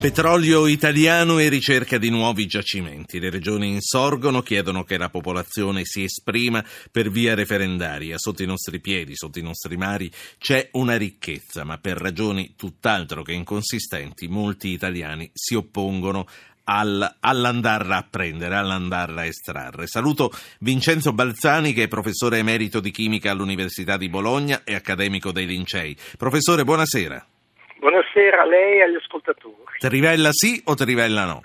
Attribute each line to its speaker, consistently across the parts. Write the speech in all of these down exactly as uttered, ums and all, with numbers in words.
Speaker 1: Petrolio italiano e ricerca di nuovi giacimenti. Le regioni insorgono, chiedono che la popolazione si esprima per via referendaria. Sotto i nostri piedi, sotto i nostri mari c'è una ricchezza, ma per ragioni tutt'altro che inconsistenti molti italiani si oppongono Al, all'andarla a prendere, all'andarla a estrarre. Saluto Vincenzo Balzani, che è professore emerito di chimica all'Università di Bologna e accademico dei Lincei. Professore, buonasera.
Speaker 2: Buonasera a lei e agli ascoltatori.
Speaker 1: Trivella sì o Trivella no?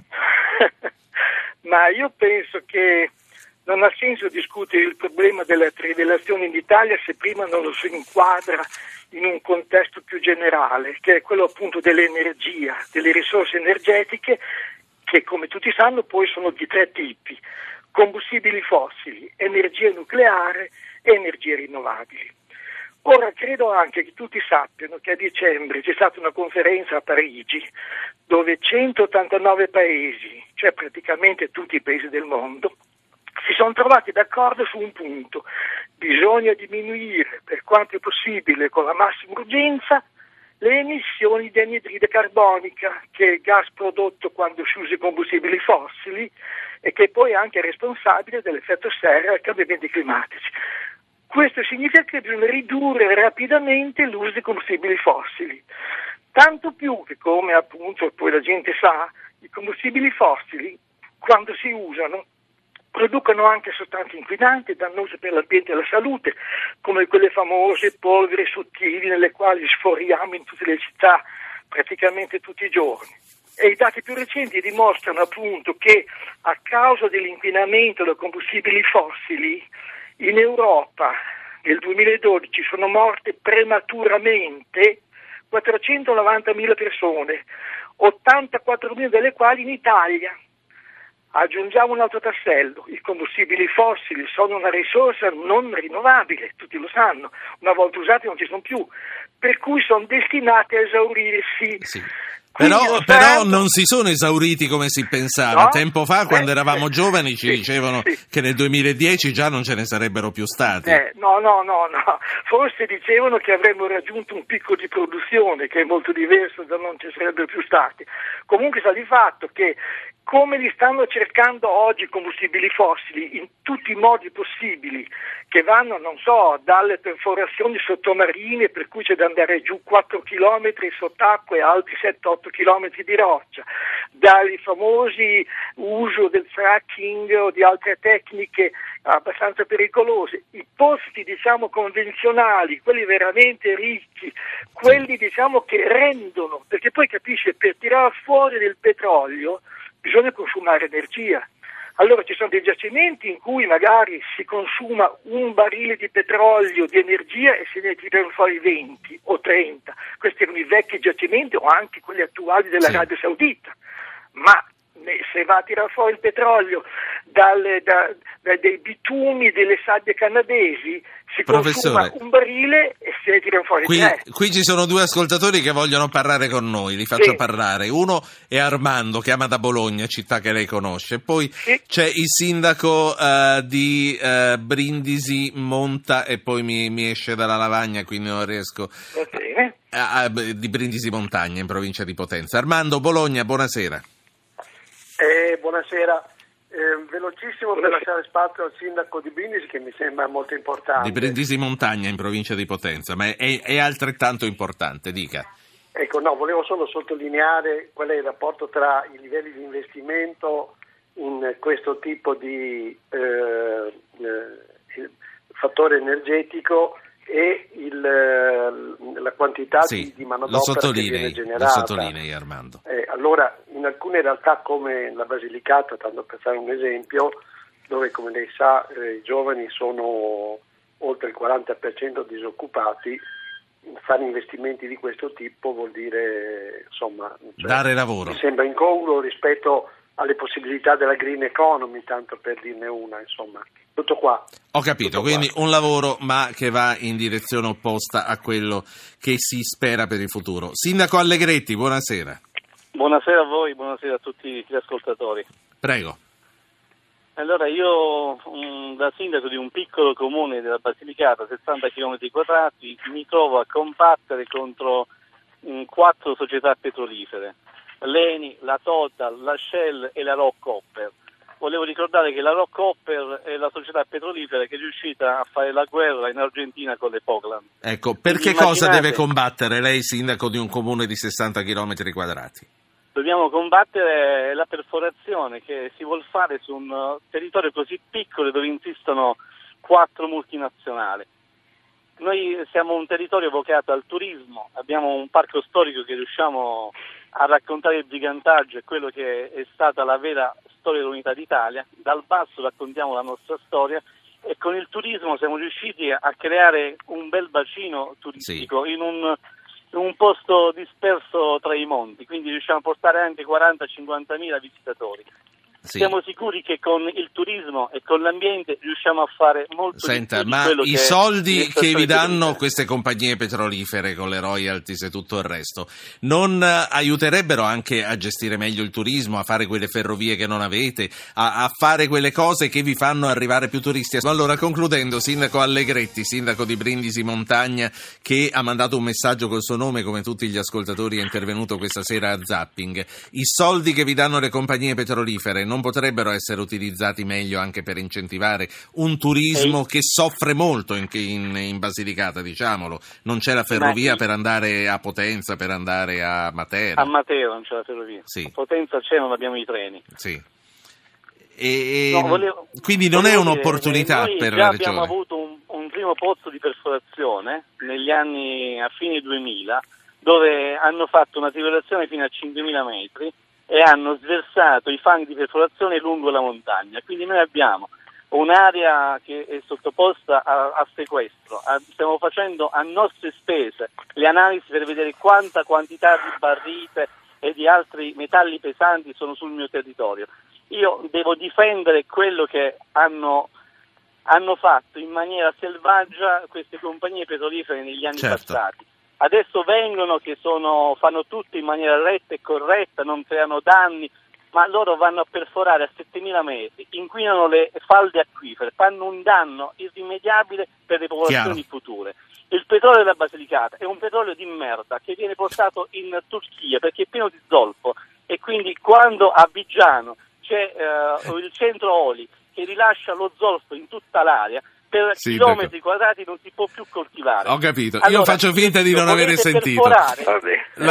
Speaker 2: Ma io penso che non ha senso discutere il problema della trivellazione in Italia se prima non lo si inquadra in un contesto più generale, che è quello appunto dell'energia, delle risorse energetiche, che come tutti sanno poi sono di tre tipi: combustibili fossili, energia nucleare e energie rinnovabili. Ora credo anche che tutti sappiano che a dicembre c'è stata una conferenza a Parigi dove centottantanove paesi, cioè praticamente tutti i paesi del mondo, si sono trovati d'accordo su un punto: bisogna diminuire per quanto è possibile con la massima urgenza le emissioni di anidride carbonica, che è il gas prodotto quando si usa i combustibili fossili e che poi è anche responsabile dell'effetto serra e cambiamenti climatici. Questo significa che bisogna ridurre rapidamente l'uso di combustibili fossili, tanto più che, come appunto poi la gente sa, i combustibili fossili quando si usano producono anche sostanze inquinanti dannose per l'ambiente e la salute, come quelle famose polveri sottili nelle quali sforiamo in tutte le città praticamente tutti i giorni. E i dati più recenti dimostrano appunto che a causa dell'inquinamento da combustibili fossili in Europa nel duemiladodici sono morte prematuramente quattrocentonovantamila persone, ottantaquattromila delle quali in Italia. Aggiungiamo un altro tassello: i combustibili fossili sono una risorsa non rinnovabile, tutti lo sanno, una volta usati non ci sono più, per cui sono destinati a esaurirsi.
Speaker 1: Sì. Però,
Speaker 2: non
Speaker 1: però
Speaker 2: serve...
Speaker 1: non si sono esauriti come si pensava.
Speaker 2: No?
Speaker 1: Tempo fa, quando
Speaker 2: eh,
Speaker 1: eravamo
Speaker 2: eh,
Speaker 1: giovani, ci
Speaker 2: sì,
Speaker 1: dicevano
Speaker 2: sì.
Speaker 1: che nel duemiladieci già non ce ne sarebbero più stati.
Speaker 2: Eh, no, no, no, no. Forse dicevano che avremmo raggiunto un picco di produzione che è molto diverso da non ci sarebbero più stati. Comunque sta di fatto che, come li stanno cercando oggi i combustibili fossili in tutti i modi possibili, che vanno, non so, dalle perforazioni sottomarine, per cui c'è da andare giù quattro chilometri sott'acqua e altri sette otto chilometri di roccia, dai famosi uso del fracking o di altre tecniche abbastanza pericolose, i posti diciamo convenzionali, quelli veramente ricchi, quelli diciamo che rendono, perché poi capisce, per tirare fuori del petrolio bisogna consumare energia. Allora ci sono dei giacimenti in cui magari si consuma un barile di petrolio, di energia, e se ne tirano fuori venti o trenta. Questi erano i vecchi giacimenti o anche quelli attuali dell'Arabia Saudita. Ma se va a tirare fuori il petrolio dalle, da, da, dai bitumi delle sabbie canadesi, si
Speaker 1: Professore,
Speaker 2: consuma un barile e se ne tirano fuori
Speaker 1: qui,
Speaker 2: tre.
Speaker 1: qui ci sono due ascoltatori che vogliono parlare con noi, li faccio
Speaker 2: Sì.
Speaker 1: parlare. Uno è Armando, chiama da Bologna, città che lei conosce. Poi
Speaker 2: Sì.
Speaker 1: c'è il sindaco uh, di uh, Brindisi Monta, e poi mi, mi esce dalla lavagna, quindi non riesco.
Speaker 2: Va bene.
Speaker 1: A, a, di Brindisi Montagna, in provincia di Potenza. Armando, Bologna, buonasera.
Speaker 3: Eh, buonasera. Eh, velocissimo
Speaker 2: Buonasera.
Speaker 3: per lasciare spazio al sindaco di Brindisi, che mi sembra molto importante.
Speaker 1: Di Brindisi Montagna, in provincia di Potenza, ma è, è altrettanto importante, dica.
Speaker 3: Ecco, no, volevo solo sottolineare qual è il rapporto tra i livelli di investimento in questo tipo di eh, eh, fattore energetico e il, la quantità
Speaker 1: sì,
Speaker 3: di, di manodopera che viene generata.
Speaker 1: Lo sottolinei, Armando.
Speaker 3: Eh, allora, in alcune realtà come la Basilicata, tanto per fare un esempio, dove come lei sa eh, i giovani sono oltre il quaranta per cento disoccupati, fare investimenti di questo tipo vuol dire, insomma, cioè,
Speaker 1: dare lavoro.
Speaker 3: Mi sembra incongruo rispetto alle possibilità della green economy, tanto per dirne una, insomma. Tutto qua.
Speaker 1: Ho capito,
Speaker 3: Tutto
Speaker 1: quindi
Speaker 3: qua.
Speaker 1: un lavoro ma che va in direzione opposta a quello che si spera per il futuro. Sindaco Allegretti, buonasera.
Speaker 4: Buonasera a voi, buonasera a tutti gli ascoltatori.
Speaker 1: Prego.
Speaker 4: Allora, io um, da sindaco di un piccolo comune della Basilicata, sessanta chilometri quadrati, mi trovo a combattere contro um, quattro società petrolifere. l'Eni, la Total, la Shell e la Rockhopper. Volevo ricordare che la Rockhopper è la società petrolifera che è riuscita a fare la guerra in Argentina con le Falkland.
Speaker 1: Ecco, per che
Speaker 4: Immaginate...
Speaker 1: cosa deve combattere lei, sindaco di un comune di sessanta chilometri quadrati?
Speaker 4: Dobbiamo combattere la perforazione che si vuol fare su un territorio così piccolo dove insistono quattro multinazionali. Noi siamo un territorio vocato al turismo, abbiamo un parco storico che riusciamo a raccontare il gigantaggio e quello che è stata la vera storia dell'unità d'Italia. Dal basso raccontiamo la nostra storia e con il turismo siamo riusciti a creare un bel bacino turistico sì. in un, in un posto disperso tra i monti, quindi riusciamo a portare anche quaranta cinquanta mila visitatori. Sì. Siamo sicuri che con il turismo e con l'ambiente riusciamo a fare molto
Speaker 1: Senta,
Speaker 4: di più
Speaker 1: ma
Speaker 4: di quello
Speaker 1: i
Speaker 4: che
Speaker 1: soldi che vi danno queste compagnie petrolifere con le royalties e tutto il resto non aiuterebbero anche a gestire meglio il turismo, a fare quelle ferrovie che non avete, a, a fare quelle cose che vi fanno arrivare più turisti? Allora, concludendo, sindaco Allegretti, sindaco di Brindisi Montagna, che ha mandato un messaggio col suo nome, come tutti gli ascoltatori, è intervenuto questa sera a Zapping. I soldi che vi danno le compagnie petrolifere non non potrebbero essere utilizzati meglio anche per incentivare un turismo che soffre molto in, in, in Basilicata, diciamolo. Non c'è la ferrovia Ma... per andare a Potenza, per andare a Matera.
Speaker 4: A Matera non c'è la ferrovia. Sì. A Potenza c'è, non abbiamo i treni.
Speaker 1: Sì. E,
Speaker 4: no, volevo,
Speaker 1: quindi non è un'opportunità
Speaker 4: dire,
Speaker 1: per
Speaker 4: la
Speaker 1: la
Speaker 4: regione.
Speaker 1: regione.
Speaker 4: Abbiamo avuto un, un primo pozzo di perforazione negli anni a fine duemila, dove hanno fatto una trivelazione fino a cinquemila metri e hanno sversato i fanghi di perforazione lungo la montagna. Quindi noi abbiamo un'area che è sottoposta a, a sequestro. A, stiamo facendo a nostre spese le analisi per vedere quanta quantità di barrite e di altri metalli pesanti sono sul mio territorio. Io devo difendere quello che hanno hanno fatto in maniera selvaggia queste compagnie petrolifere negli anni
Speaker 1: certo.
Speaker 4: passati. Adesso vengono che sono, fanno tutto in maniera retta e corretta, non creano danni, ma loro vanno a perforare a settemila metri, inquinano le falde acquifere, fanno un danno irrimediabile per le popolazioni
Speaker 1: Chiaro.
Speaker 4: future. Il petrolio della Basilicata è un petrolio di merda che viene portato in Turchia perché è pieno di zolfo e quindi quando a Viggiano c'è uh, il centro oli che rilascia lo zolfo in tutta l'area, per sì, chilometri quadrati non si può più coltivare.
Speaker 1: Ho capito,
Speaker 4: allora,
Speaker 1: io faccio finta di non aver sentito.
Speaker 4: La...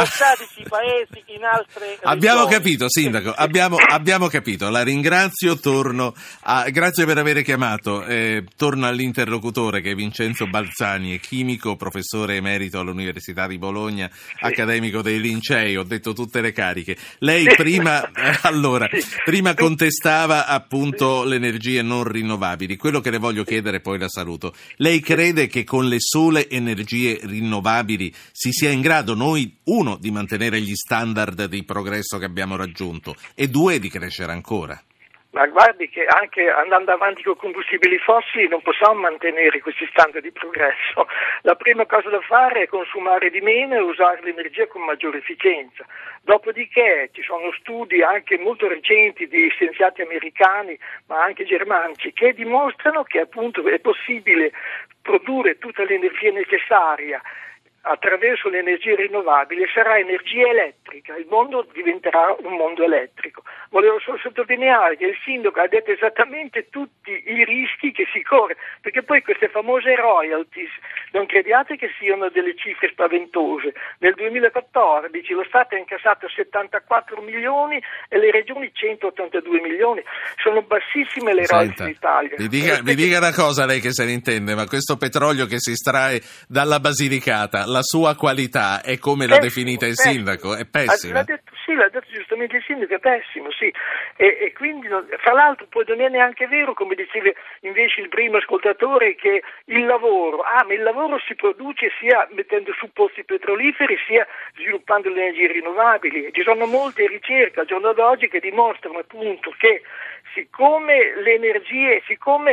Speaker 4: paesi in altre
Speaker 1: abbiamo
Speaker 4: regioni.
Speaker 1: capito, sindaco, abbiamo, abbiamo capito, la ringrazio, torno a, grazie per aver chiamato, eh, torno all'interlocutore che è Vincenzo Balzani, è chimico, professore emerito all'Università di Bologna, sì. accademico dei Lincei, ho detto tutte le cariche. Lei sì. prima, eh, allora, sì. prima contestava appunto le energie non rinnovabili, quello che le voglio chiedere poi la saluto. Lei crede che con le sole energie rinnovabili si sia in grado noi, uno, di mantenere gli standard di progresso che abbiamo raggiunto e due, di crescere ancora?
Speaker 2: Ma guardi che anche andando avanti con combustibili fossili non possiamo mantenere questi standard di progresso. La prima cosa da fare è consumare di meno e usare l'energia con maggiore efficienza. Dopodiché ci sono studi anche molto recenti di scienziati americani ma anche germanici che dimostrano che appunto è possibile produrre tutta l'energia necessaria attraverso le energie rinnovabili e sarà energia elettrica, il mondo diventerà un mondo elettrico. Volevo solo sottolineare che il sindaco ha detto esattamente tutti i rischi che si corre, perché poi queste famose royalties non crediate che siano delle cifre spaventose. Nel duemilaquattordici lo Stato ha incassato settantaquattro milioni e le regioni centottantadue milioni, sono bassissime le royalties in Italia.
Speaker 1: Mi dica, mi dica una cosa, lei che se ne intende, ma questo petrolio che si estrae dalla Basilicata, la sua qualità è come l'ha definita il pessimo. Sindaco? È pessima?
Speaker 2: L'ha detto, sì, l'ha detto giustamente il sindaco, è pessimo, sì. E, e quindi, fra l'altro, poi non è neanche vero, come diceva invece il primo ascoltatore, che il lavoro, ah, ma il lavoro si produce sia mettendo su pozzi petroliferi, sia sviluppando le energie rinnovabili. Ci sono molte ricerche al giorno d'oggi che dimostrano appunto che siccome le energie, siccome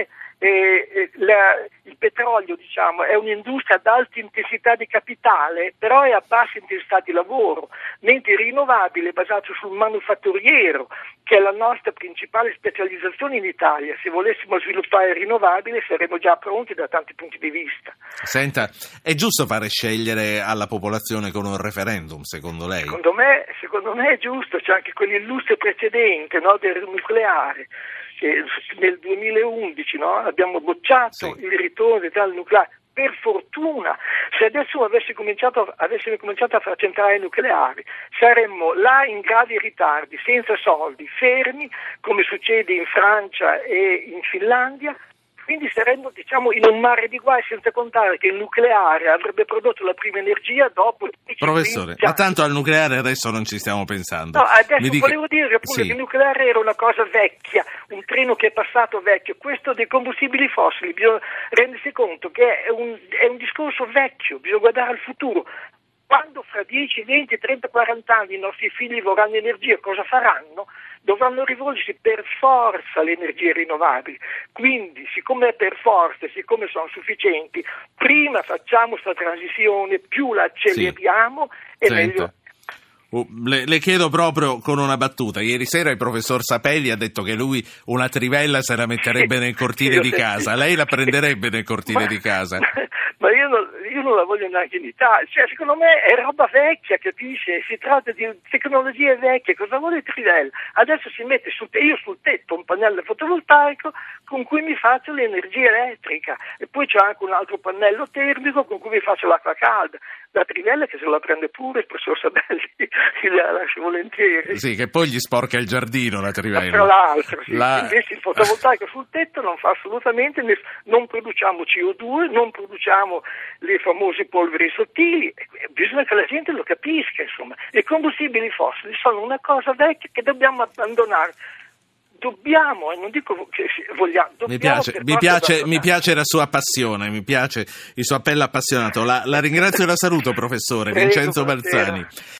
Speaker 2: eh, eh, la, il petrolio, diciamo, è un'industria ad alta intensità di capitale, però è a bassa intensità di lavoro, mentre il rinnovabile è basato sul manufatturiero, che è la nostra principale specializzazione in Italia. Se volessimo sviluppare il rinnovabile saremmo già pronti da tanti punti di vista.
Speaker 1: Senta, è giusto fare scegliere alla popolazione con un referendum, secondo lei?
Speaker 2: Secondo me, secondo me è giusto, c'è anche quell'illustre precedente, no, del nucleare. Che nel duemilaundici, no, abbiamo bocciato
Speaker 1: sì.
Speaker 2: il ritorno del nucleare. Per fortuna, se adesso avesse cominciato, avessimo cominciato a fare centrali nucleari, saremmo là in gravi ritardi, senza soldi, fermi, come succede in Francia e in Finlandia. Quindi saremmo, diciamo, in un mare di guai, senza contare che il nucleare avrebbe prodotto la prima energia dopo...
Speaker 1: Professore, ma tanto al nucleare adesso non ci stiamo pensando.
Speaker 2: No, adesso
Speaker 1: Mi dica...
Speaker 2: volevo dire pure
Speaker 1: sì.
Speaker 2: che il nucleare era una cosa vecchia, un treno che è passato vecchio. Questo dei combustibili fossili, bisogna rendersi conto che è un, è un discorso vecchio, bisogna guardare al futuro. Quando fra dieci, venti, trenta, quaranta anni i nostri figli vorranno energia, cosa faranno? Dovranno rivolgersi per forza alle energie rinnovabili. Quindi, siccome è per forza, siccome sono sufficienti, prima facciamo questa transizione, più la acceleriamo
Speaker 1: sì.
Speaker 2: e
Speaker 1: Senta.
Speaker 2: meglio.
Speaker 1: Uh, le, le chiedo proprio con una battuta. Ieri sera il professor Sapelli ha detto che lui una trivella se la metterebbe nel cortile di casa. Lei la prenderebbe nel cortile
Speaker 2: ma,
Speaker 1: di casa?
Speaker 2: Ma io non, io non la voglio neanche in Italia. Cioè, secondo me è roba vecchia, capisce? Si tratta di tecnologie vecchie. Cosa vuole il trivella? Adesso si mette sul, io sul tetto un pannello fotovoltaico con cui mi faccio l'energia elettrica e poi c'è anche un altro pannello termico con cui mi faccio l'acqua calda. La trivella che se la prende pure il professor Sabelli, la lascio volentieri.
Speaker 1: Sì, che poi gli sporca il giardino la trivella.
Speaker 2: Ma tra l'altro, sì.
Speaker 1: La...
Speaker 2: Invece il fotovoltaico sul tetto non fa assolutamente, ness- non produciamo C O due, non produciamo le famose polveri sottili, bisogna che la gente lo capisca, insomma. I combustibili fossili sono una cosa vecchia che dobbiamo abbandonare. Dobbiamo, e non dico che vogliamo.
Speaker 1: Mi piace, mi piace, mi piace la sua passione, mi piace il suo appello appassionato. La, la ringrazio e la saluto, professore Vincenzo Balzani.